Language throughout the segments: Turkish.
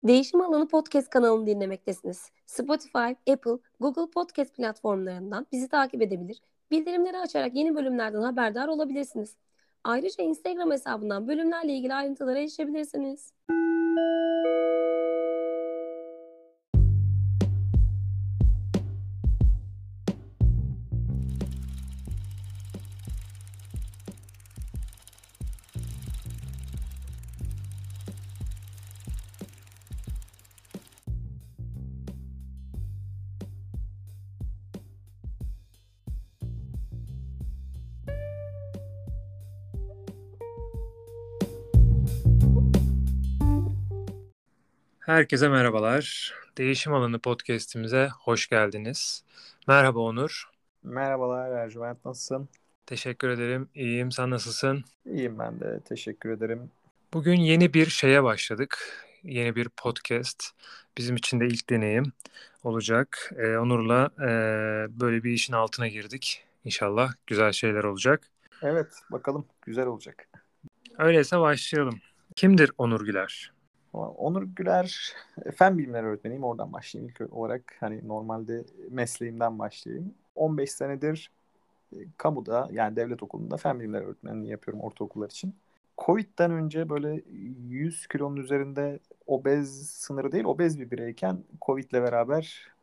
Değişim Alanı Podcast kanalını dinlemektesiniz. Spotify, Apple, Google Podcast platformlarından bizi takip edebilir, bildirimleri açarak yeni bölümlerden haberdar olabilirsiniz. Ayrıca Instagram hesabından bölümlerle ilgili ayrıntılara erişebilirsiniz. Herkese merhabalar. Değişim Alanı podcast'imize hoş geldiniz. Merhaba Onur. Merhabalar Ercüment, nasılsın? Teşekkür ederim. İyiyim. Sen nasılsın? İyiyim ben de, teşekkür ederim. Bugün yeni bir şeye başladık. Yeni bir podcast. Bizim için de ilk deneyim olacak. Onur'la böyle bir işin altına girdik. İnşallah güzel şeyler olacak. Evet, bakalım güzel olacak. Öyleyse başlayalım. Kimdir Onur Güler? Onur Güler, fen bilimleri öğretmeniyim. Oradan başlayayım ilk olarak. Hani normalde mesleğimden başlayayım. 15 senedir kamuda, yani devlet okulunda fen bilimleri öğretmenliği yapıyorum ortaokullar için. Covid'den önce böyle 100 kilonun üzerinde obez sınırı değil, obez bir bireyken Covid'le beraber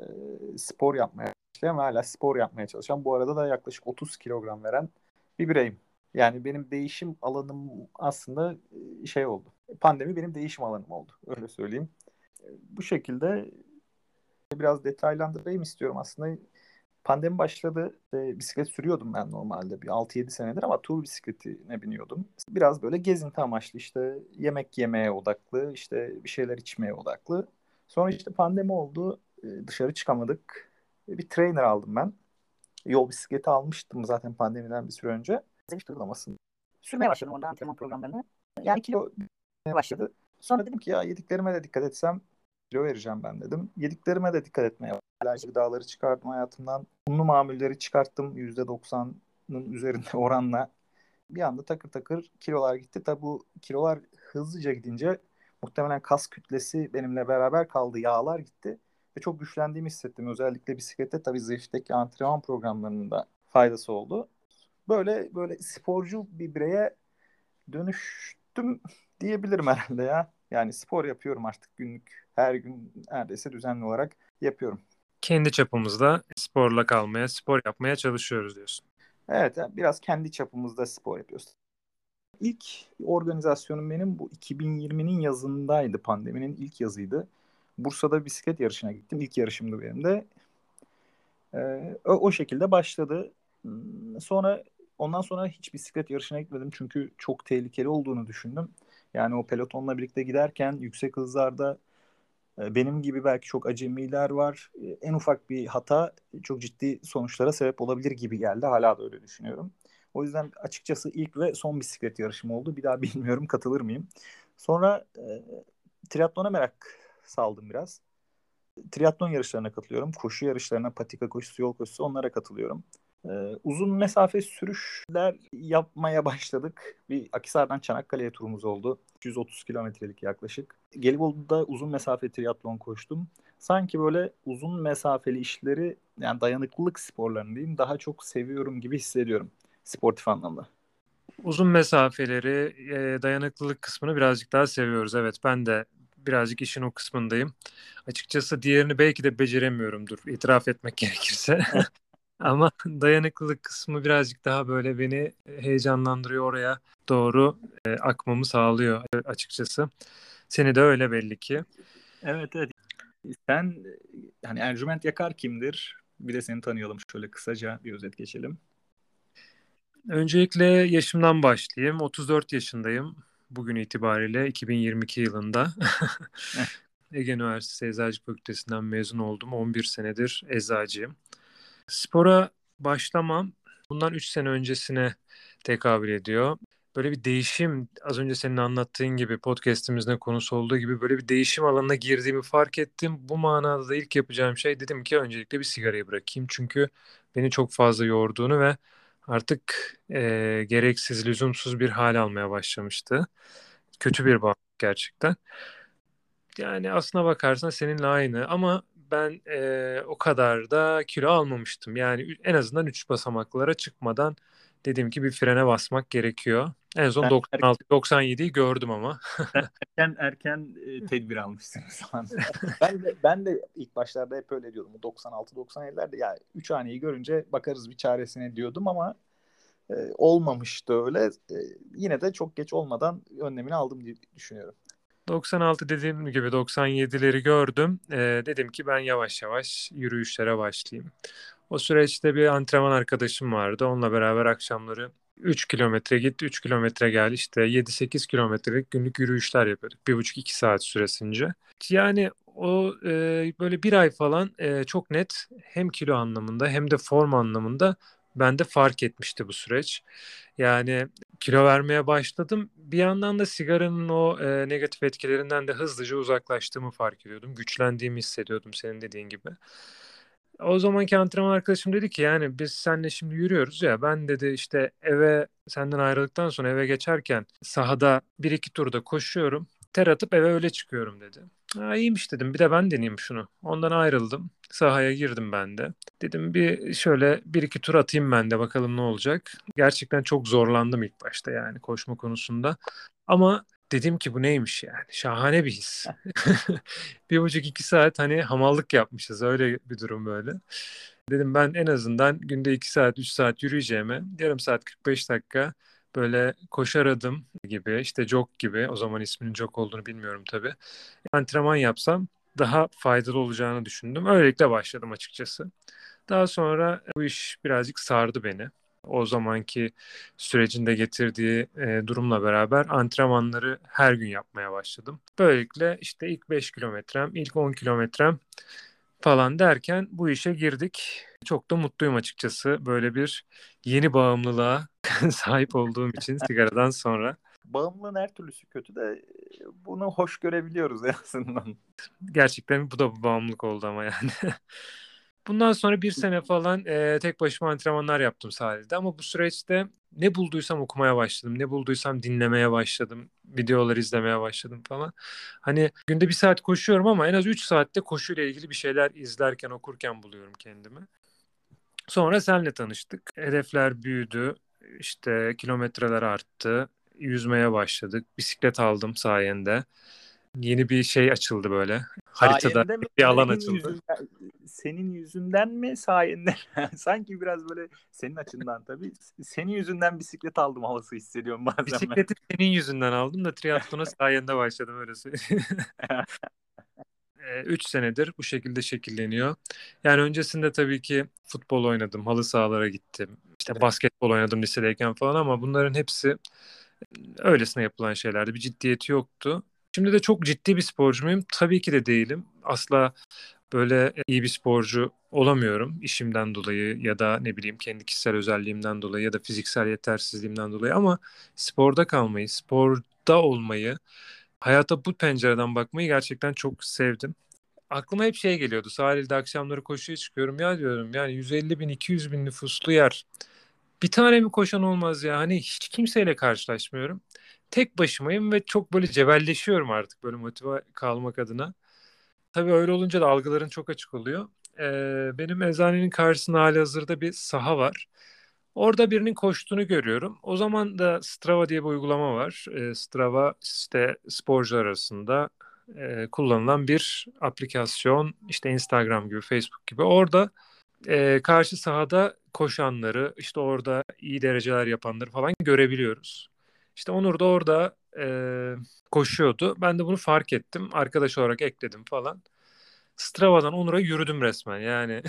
spor yapmaya başlayan ve hala spor yapmaya çalışan, bu arada da yaklaşık 30 kilogram veren bir bireyim. Yani benim değişim alanım aslında şey oldu. Pandemi benim değişim alanım oldu. Öyle söyleyeyim. Bu şekilde biraz detaylandırayım istiyorum aslında. Pandemi başladı. Bisiklet sürüyordum ben normalde bir 6-7 senedir ama tur bisikletine biniyordum. Biraz böyle gezinti amaçlı, işte yemek yemeye odaklı, işte bir şeyler içmeye odaklı. Sonra işte pandemi oldu. Dışarı çıkamadık. Bir trainer aldım ben. Yol bisikleti almıştım zaten pandemiden bir süre önce. Hiç uygulamasını sürmeye başladım orada, antrenman programlarını. Yani kilo başladı. Sonra dedim ki ya yediklerime de dikkat etsem kilo vereceğim ben dedim. Yediklerime de dikkat etmeye başladım. Alerji gıdaları çıkardım hayatımdan. Unlu mamulleri çıkarttım %90'ın üzerinde oranla. Bir anda takır takır kilolar gitti. Tabi bu kilolar hızlıca gidince muhtemelen kas kütlesi benimle beraber kaldı. Yağlar gitti. Ve çok güçlendiğimi hissettim. Özellikle bisiklette tabii Zwift'teki antrenman programlarının da faydası oldu. Böyle böyle sporcu bir bireye dönüştüm diyebilirim herhalde ya. Yani spor yapıyorum artık günlük. Her gün neredeyse düzenli olarak yapıyorum. Kendi çapımızda sporla kalmaya, spor yapmaya çalışıyoruz diyorsun. Evet, yani biraz kendi çapımızda spor yapıyoruz. İlk organizasyonum benim bu 2020'nin yazındaydı. Pandeminin ilk yazıydı. Bursa'da bisiklet yarışına gittim. İlk yarışımdı benim de. O şekilde başladı. Sonra ondan sonra hiç bisiklet yarışına gitmedim çünkü çok tehlikeli olduğunu düşündüm. Yani o pelotonla birlikte giderken yüksek hızlarda benim gibi belki çok acemiler var. En ufak bir hata çok ciddi sonuçlara sebep olabilir gibi geldi. Hala da öyle düşünüyorum. O yüzden açıkçası ilk ve son bisiklet yarışım oldu. Bir daha bilmiyorum katılır mıyım. Sonra triatlona merak saldım biraz. Triatlon yarışlarına katılıyorum. Koşu yarışlarına, patika koşusu, yol koşusu, onlara katılıyorum. Uzun mesafe sürüşler yapmaya başladık. Bir Akhisar'dan Çanakkale'ye turumuz oldu. 130 kilometrelik yaklaşık. Gelibolu'da uzun mesafe triatlon koştum. Sanki böyle uzun mesafeli işleri, yani dayanıklılık sporlarını diyeyim, daha çok seviyorum gibi hissediyorum sportif anlamda. Uzun mesafeleri, dayanıklılık kısmını birazcık daha seviyoruz. Evet, ben de birazcık işin o kısmındayım. Açıkçası diğerini belki de beceremiyorumdur, itiraf etmek gerekirse. Ama dayanıklılık kısmı birazcık daha böyle beni heyecanlandırıyor, oraya doğru akmamı sağlıyor açıkçası. Seni de öyle belli ki. Evet, evet. Sen, hani Ercüment Yakar kimdir? Bir de seni tanıyalım, şöyle kısaca bir özet geçelim. Öncelikle yaşımdan başlayayım. 34 yaşındayım. Bugün itibariyle 2022 yılında. Ege Üniversitesi Eczacılık Fakültesinden mezun oldum. 11 senedir eczacıyım. Spora başlamam bundan 3 sene öncesine tekabül ediyor. Böyle bir değişim, az önce senin anlattığın gibi podcast'imizde konusu olduğu gibi böyle bir değişim alanına girdiğimi fark ettim. Bu manada da ilk yapacağım şey, dedim ki öncelikle bir sigarayı bırakayım. Çünkü beni çok fazla yorduğunu ve artık gereksiz, lüzumsuz bir hal almaya başlamıştı. Kötü bir bağımlılık gerçekten. Yani aslına bakarsan seninle aynı ama ben o kadar da kilo almamıştım. Yani en azından 3 basamaklara çıkmadan dediğim ki bir frene basmak gerekiyor. En son Sen, er- 96-97'yi gördüm ama. sen erken tedbir almışsın o zaman. Ben de ilk başlarda hep öyle diyordum. 96-97'lerde ya 3 haneyi görünce bakarız bir çaresine diyordum ama olmamıştı öyle. Yine de çok geç olmadan önlemini aldım diye düşünüyorum. 96 dediğim gibi 97'leri gördüm. Dedim ki ben yavaş yavaş yürüyüşlere başlayayım. O süreçte bir antrenman arkadaşım vardı. Onunla beraber akşamları 3 kilometre git, 3 kilometre gel, işte 7-8 kilometrelik günlük yürüyüşler yapıyorduk. 1,5-2 saat süresince. Yani o böyle bir ay falan çok net hem kilo anlamında hem de form anlamında bende fark etmişti bu süreç. Yani kilo vermeye başladım. Bir yandan da sigaranın o negatif etkilerinden de hızlıca uzaklaştığımı fark ediyordum. Güçlendiğimi hissediyordum senin dediğin gibi. O zamanki antrenman arkadaşım dedi ki yani biz seninle şimdi yürüyoruz ya, ben dedi işte eve senden ayrıldıktan sonra eve geçerken sahada bir iki turda koşuyorum. Ter atıp eve öyle çıkıyorum dedi. Ha, iyiymiş dedim, bir de ben deneyeyim şunu. Ondan ayrıldım. Sahaya girdim ben de. Dedim bir şöyle bir iki tur atayım ben de, bakalım ne olacak. Gerçekten çok zorlandım ilk başta yani koşma konusunda. Ama dedim ki bu neymiş yani? Şahane bir his. 1,5-2 saat hani hamallık yapmışız, öyle bir durum böyle. Dedim ben en azından günde 2 saat 3 saat yürüyeceğime yarım saat 45 dakika böyle koşar adım gibi, işte jog gibi, o zaman isminin jog olduğunu bilmiyorum tabii. Antrenman yapsam daha faydalı olacağını düşündüm. Öylelikle başladım açıkçası. Daha sonra bu iş birazcık sardı beni. O zamanki sürecinde getirdiği durumla beraber antrenmanları her gün yapmaya başladım. Böylelikle işte ilk 5 kilometrem, ilk 10 kilometrem falan derken bu işe girdik. Çok da mutluyum açıkçası böyle bir yeni bağımlılığa sahip olduğum için sigaradan sonra. Bağımlılığın her türlüsü kötü de bunu hoş görebiliyoruz en azından. Gerçekten bu da bir bağımlılık oldu ama yani. Bundan sonra bir sene falan tek başıma antrenmanlar yaptım sahilde. Ama bu süreçte ne bulduysam okumaya başladım. Ne bulduysam dinlemeye başladım. Videolar izlemeye başladım falan. Hani günde 1 saat koşuyorum ama en az 3 saatte koşuyla ilgili bir şeyler izlerken, okurken buluyorum kendimi. Sonra senle tanıştık. Hedefler büyüdü. İşte kilometreler arttı. Yüzmeye başladık. Bisiklet aldım sayende. Yeni bir şey açıldı böyle. Haritada Sayende mi? bir alan açıldı. Senin yüzünden mi sayende? Sanki biraz böyle senin açından tabii. Senin yüzünden bisiklet aldım havası hissediyorum bazen ben. Bisikleti senin yüzünden aldım da triatlona sayende başladım, öyle söyleyeyim. 3 senedir bu şekilde şekilleniyor. Yani öncesinde tabii ki futbol oynadım, halı sahalara gittim. İşte basketbol oynadım lisedeyken falan ama bunların hepsi öylesine yapılan şeylerdi. Bir ciddiyeti yoktu. Şimdi de çok ciddi bir sporcu muyum? Tabii ki de değilim. Asla böyle iyi bir sporcu olamıyorum işimden dolayı ya da ne bileyim kendi kişisel özelliğimden dolayı ya da fiziksel yetersizliğimden dolayı, ama sporda kalmayı, sporda olmayı, hayata bu pencereden bakmayı gerçekten çok sevdim. Aklıma hep şey geliyordu. Sahilde akşamları koşuya çıkıyorum. Ya diyorum yani 150 bin 200 bin nüfuslu yer. Bir tane mi koşan olmaz ya? Hani hiç kimseyle karşılaşmıyorum. Tek başımayım ve çok böyle cebelleşiyorum artık böyle motive kalmak adına. Tabii öyle olunca da algıların çok açık oluyor. Benim eczanenin karşısında halihazırda bir saha var. Orada birinin koştuğunu görüyorum. O zaman da Strava diye bir uygulama var. Strava işte sporcular arasında kullanılan bir aplikasyon. İşte Instagram gibi, Facebook gibi. Orada karşı sahada koşanları, işte orada iyi dereceler yapanları falan görebiliyoruz. İşte Onur da orada koşuyordu. Ben de bunu fark ettim. Arkadaş olarak ekledim falan. Strava'dan Onur'a yürüdüm resmen. Yani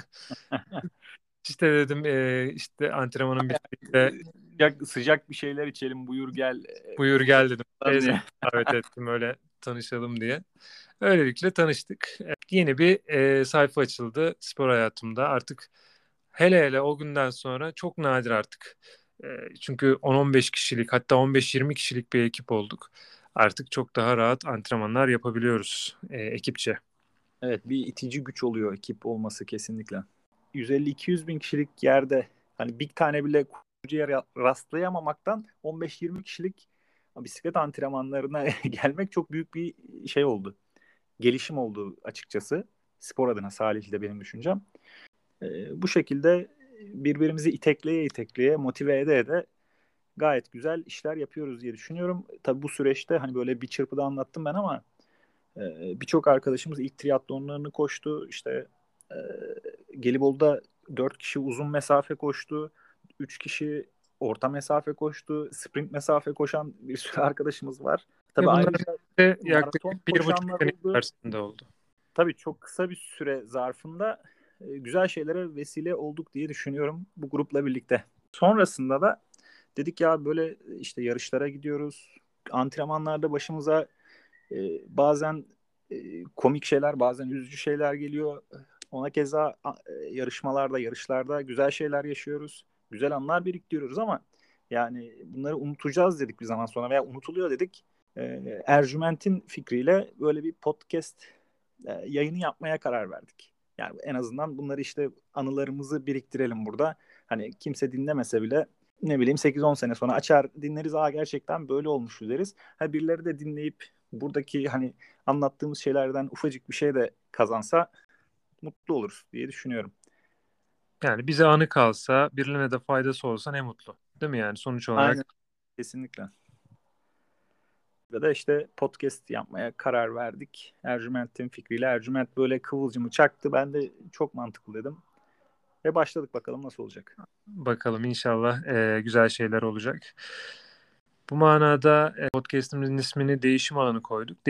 işte dedim işte antrenmanın bittiğinde Sıcak bir şeyler içelim buyur gel. buyur gel dedim. Falan diye. Davet ettim öyle tanışalım diye. Öylelikle tanıştık. Yeni bir sayfa açıldı spor hayatımda. Artık hele hele o günden sonra çok nadir artık. Çünkü 10-15 kişilik, hatta 15-20 kişilik bir ekip olduk. Artık çok daha rahat antrenmanlar yapabiliyoruz ekipçe. Evet, bir itici güç oluyor ekip olması kesinlikle. 150-200 bin kişilik yerde hani bir tane bile koşucuya rastlayamamaktan 15-20 kişilik bisiklet antrenmanlarına gelmek çok büyük bir şey oldu. gelişim oldu açıkçası. Spor adına Salih de benim düşüncem. Bu şekilde birbirimizi itekleye motive ede gayet güzel işler yapıyoruz diye düşünüyorum. Tabii bu süreçte hani böyle bir çırpıda anlattım ben ama birçok arkadaşımız ilk triatlonlarını koştu. İşte e, Gelibolu'da 4 kişi uzun mesafe koştu. 3 kişi orta mesafe koştu. Sprint mesafe koşan bir sürü arkadaşımız var. Ve Tabii bunlar ayrıca de maraton yaklaşık 1,5 koşanlar sene oldu. içerisinde oldu. Tabii çok kısa bir süre zarfında güzel şeylere vesile olduk diye düşünüyorum bu grupla birlikte. Sonrasında da dedik ya böyle işte yarışlara gidiyoruz. Antrenmanlarda başımıza bazen komik şeyler, bazen üzücü şeyler geliyor. Ona keza yarışlarda güzel şeyler yaşıyoruz. Güzel anlar biriktiriyoruz ama yani bunları unutacağız dedik bir zaman sonra veya unutuluyor dedik. Ercüment'in fikriyle böyle bir podcast yayını yapmaya karar verdik. Yani en azından bunları işte anılarımızı biriktirelim burada. Hani kimse dinlemese bile ne bileyim 8-10 sene sonra açar dinleriz. Aa gerçekten böyle olmuş deriz. Ha birileri de dinleyip buradaki hani anlattığımız şeylerden ufacık bir şey de kazansa mutlu oluruz diye düşünüyorum. Yani bize anı kalsa, birilerine de faydası olsa ne mutlu. Değil mi yani sonuç olarak? Aynen. Kesinlikle. Ve de işte podcast yapmaya karar verdik. Ercüment'in fikriyle. Ercüment böyle kıvılcımı çaktı. Ben de çok mantıklı dedim. Ve başladık bakalım nasıl olacak. Bakalım inşallah güzel şeyler olacak. Bu manada podcast'imizin ismini değişim alanı koyduk.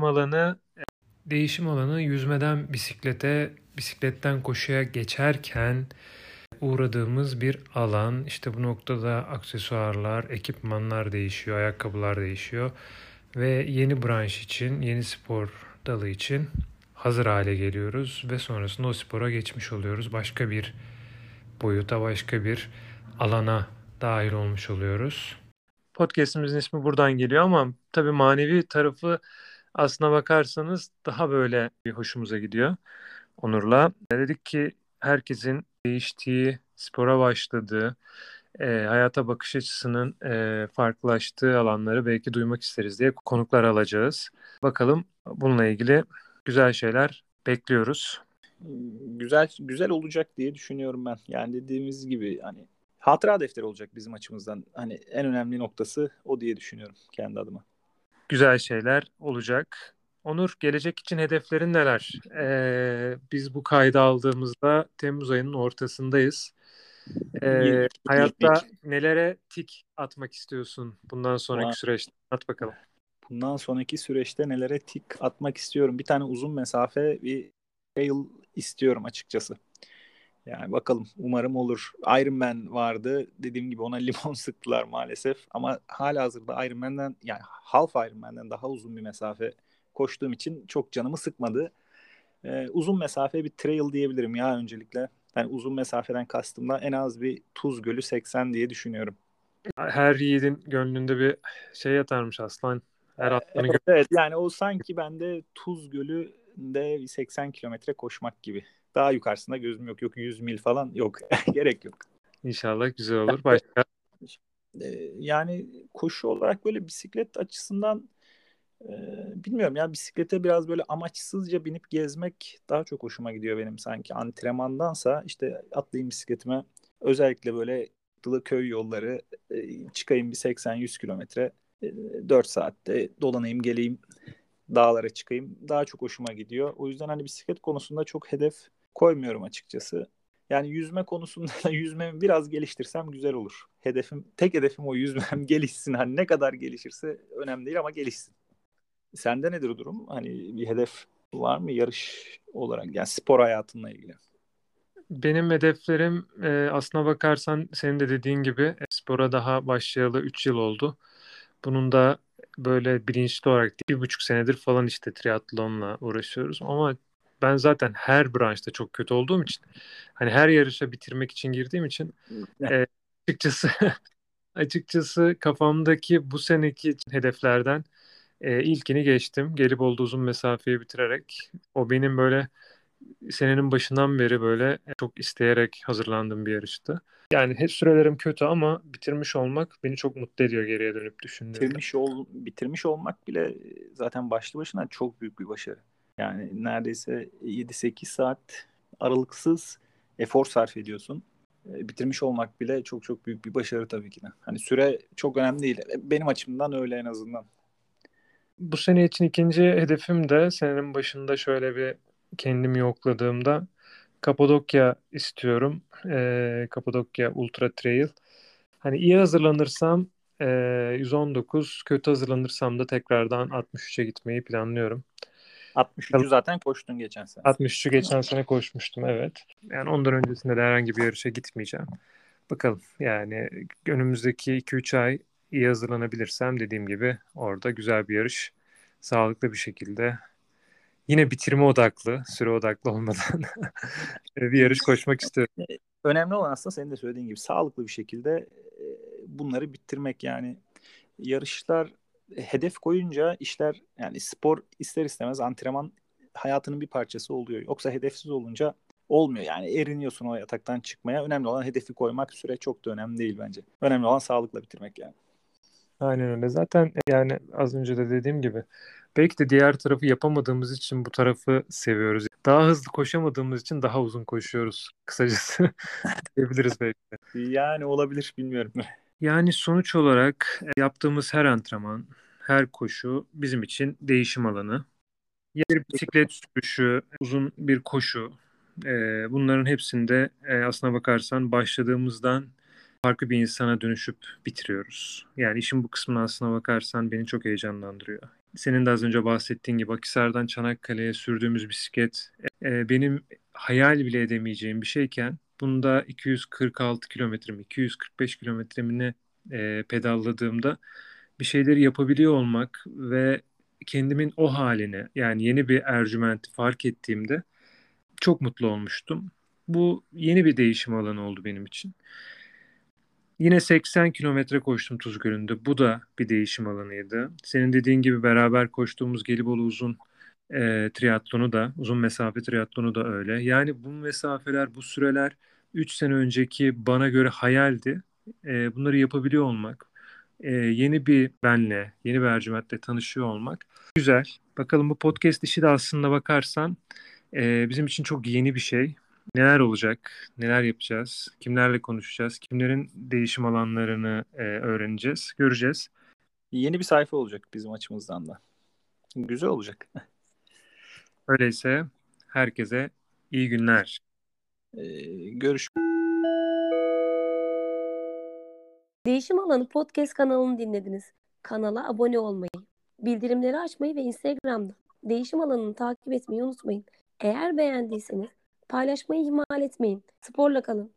Değişim alanı yüzmeden bisiklete, bisikletten koşuya geçerken uğradığımız bir alan. İşte bu noktada aksesuarlar, ekipmanlar değişiyor, ayakkabılar değişiyor ve yeni branş için, yeni spor dalı için hazır hale geliyoruz ve sonrasında o spora geçmiş oluyoruz. Başka bir boyuta, başka bir alana dahil olmuş oluyoruz. Podcast'imizin ismi buradan geliyor ama tabii manevi tarafı aslına bakarsanız daha böyle bir hoşumuza gidiyor Onur'la. Dedik ki herkesin değiştiği, spora başladığı, hayata bakış açısının farklılaştığı alanları belki duymak isteriz diye konuklar alacağız. Bakalım bununla ilgili güzel şeyler bekliyoruz. Güzel olacak diye düşünüyorum ben. Yani dediğimiz gibi hani hatıra defteri olacak bizim açımızdan. Hani en önemli noktası o diye düşünüyorum kendi adıma. Güzel şeyler olacak. Onur, gelecek için hedeflerin neler? Biz bu kaydı aldığımızda Temmuz ayının ortasındayız. Hayatta 2022. nelere tik atmak istiyorsun bundan sonraki süreçte? At bakalım. Bundan sonraki süreçte nelere tik atmak istiyorum. Bir tane uzun mesafe bir trail istiyorum açıkçası. Yani bakalım umarım olur. Ironman vardı. Dediğim gibi ona limon sıktılar maalesef. Ama halihazırda Ironman'den yani Half Ironman'den daha uzun bir mesafe koştuğum için çok canımı sıkmadı. Uzun mesafe bir trail diyebilirim ya öncelikle. Yani uzun mesafeden kastım da en az bir Tuz Gölü 80 diye düşünüyorum. Her yiğidin gönlünde bir şey yatarmış aslan. Her aslanın Evet yani o sanki bende Tuz Gölü'nde bir 80 kilometre koşmak gibi. Daha yukarısında gözüm yok. Yok 100 mil falan yok. Gerek yok. İnşallah güzel olur. Başka? Yani koşu olarak böyle bisiklet açısından bilmiyorum ya bisiklete biraz böyle amaçsızca binip gezmek daha çok hoşuma gidiyor benim sanki antrenmandansa işte atlayayım bisikletime özellikle böyle köy yolları çıkayım bir 80-100 kilometre 4 saatte dolanayım geleyim dağlara çıkayım daha çok hoşuma gidiyor. O yüzden hani bisiklet konusunda çok hedef koymuyorum açıkçası. Yani yüzme konusunda da yüzmemi biraz geliştirsem güzel olur. Tek hedefim o yüzmem gelişsin. Hani ne kadar gelişirse önemli değil ama gelişsin. Sende nedir o durum? Hani bir hedef var mı yarış olarak yani spor hayatınla ilgili? Benim hedeflerim aslına bakarsan senin de dediğin gibi spora daha başlayalı 3 yıl oldu. Bunun da böyle bilinçli olarak 1,5 senedir falan işte triatlonla uğraşıyoruz. Ama ben zaten her branşta çok kötü olduğum için hani her yarışa bitirmek için girdiğim için e, açıkçası açıkçası kafamdaki bu seneki hedeflerden ilkini geçtim. Gelibolu'da uzun mesafeyi bitirerek. O benim böyle senenin başından beri böyle çok isteyerek hazırlandığım bir yarıştı. Yani hep sürelerim kötü ama bitirmiş olmak beni çok mutlu ediyor geriye dönüp düşündüğümde. Bitirmiş olmak bile zaten başlı başına çok büyük bir başarı. Yani neredeyse 7-8 saat aralıksız efor sarf ediyorsun. Bitirmiş olmak bile çok çok büyük bir başarı tabii ki de. Hani süre çok önemli değil. Benim açımdan öyle en azından. Bu sene için ikinci hedefim de senenin başında şöyle bir kendimi yokladığımda Kapadokya istiyorum. Kapadokya Ultra Trail. Hani iyi hazırlanırsam 119, kötü hazırlanırsam da tekrardan 63'e gitmeyi planlıyorum. 63'ü zaten koştun geçen sene. 63'ü geçen sene koşmuştum, evet. Yani ondan öncesinde de herhangi bir yarışa gitmeyeceğim. Bakalım, yani önümüzdeki 2-3 ay iyi hazırlanabilirsem dediğim gibi orada güzel bir yarış, sağlıklı bir şekilde, yine bitirme odaklı, süre odaklı olmadan bir yarış koşmak istiyorum. Önemli olan aslında senin de söylediğin gibi sağlıklı bir şekilde bunları bitirmek. Yani yarışlar, hedef koyunca işler, yani spor ister istemez antrenman hayatının bir parçası oluyor. Yoksa hedefsiz olunca olmuyor. Yani eriniyorsun o yataktan çıkmaya. Önemli olan hedefi koymak. Süre çok da önemli değil bence. Önemli olan sağlıkla bitirmek yani. Aynen öyle. Zaten yani az önce de dediğim gibi belki de diğer tarafı yapamadığımız için bu tarafı seviyoruz. Daha hızlı koşamadığımız için daha uzun koşuyoruz kısacası diyebiliriz belki de. Yani olabilir, bilmiyorum. Yani sonuç olarak yaptığımız her antrenman, her koşu bizim için değişim alanı. Ya bir bisiklet sürüşü, uzun bir koşu, bunların hepsinde aslına bakarsan başladığımızdan farklı bir insana dönüşüp bitiriyoruz. Yani işin bu kısmına aslına bakarsan beni çok heyecanlandırıyor. Senin de az önce bahsettiğin gibi Akhisar'dan Çanakkale'ye sürdüğümüz bisiklet benim hayal bile edemeyeceğim bir şeyken bunda 246 kilometre mi, 245 kilometre mi ne pedalladığımda bir şeyleri yapabiliyor olmak ve kendimin o haline, yani yeni bir Ercüment'i fark ettiğimde çok mutlu olmuştum. Bu yeni bir değişim alanı oldu benim için. Yine 80 kilometre koştum Tuz Gölü'nde. Bu da bir değişim alanıydı. Senin dediğin gibi beraber koştuğumuz Gelibolu uzun triatlonu da, uzun mesafe triatlonu da öyle. Yani bu mesafeler, bu süreler 3 sene önceki bana göre hayaldi. Bunları yapabiliyor olmak, yeni bir benle, yeni bir Ercüment'le tanışıyor olmak güzel. Bakalım, bu podcast işi de aslında bakarsan bizim için çok yeni bir şey. Neler olacak, neler yapacağız, kimlerle konuşacağız, kimlerin değişim alanlarını öğreneceğiz, göreceğiz. Yeni bir sayfa olacak bizim açımızdan da. Güzel olacak. Öyleyse herkese iyi günler. Görüşmek Değişim Alanı Podcast kanalını dinlediniz. Kanala abone olmayı, bildirimleri açmayı ve Instagram'da Değişim Alanı'nı takip etmeyi unutmayın. Eğer beğendiyseniz paylaşmayı ihmal etmeyin. Sporla kalın.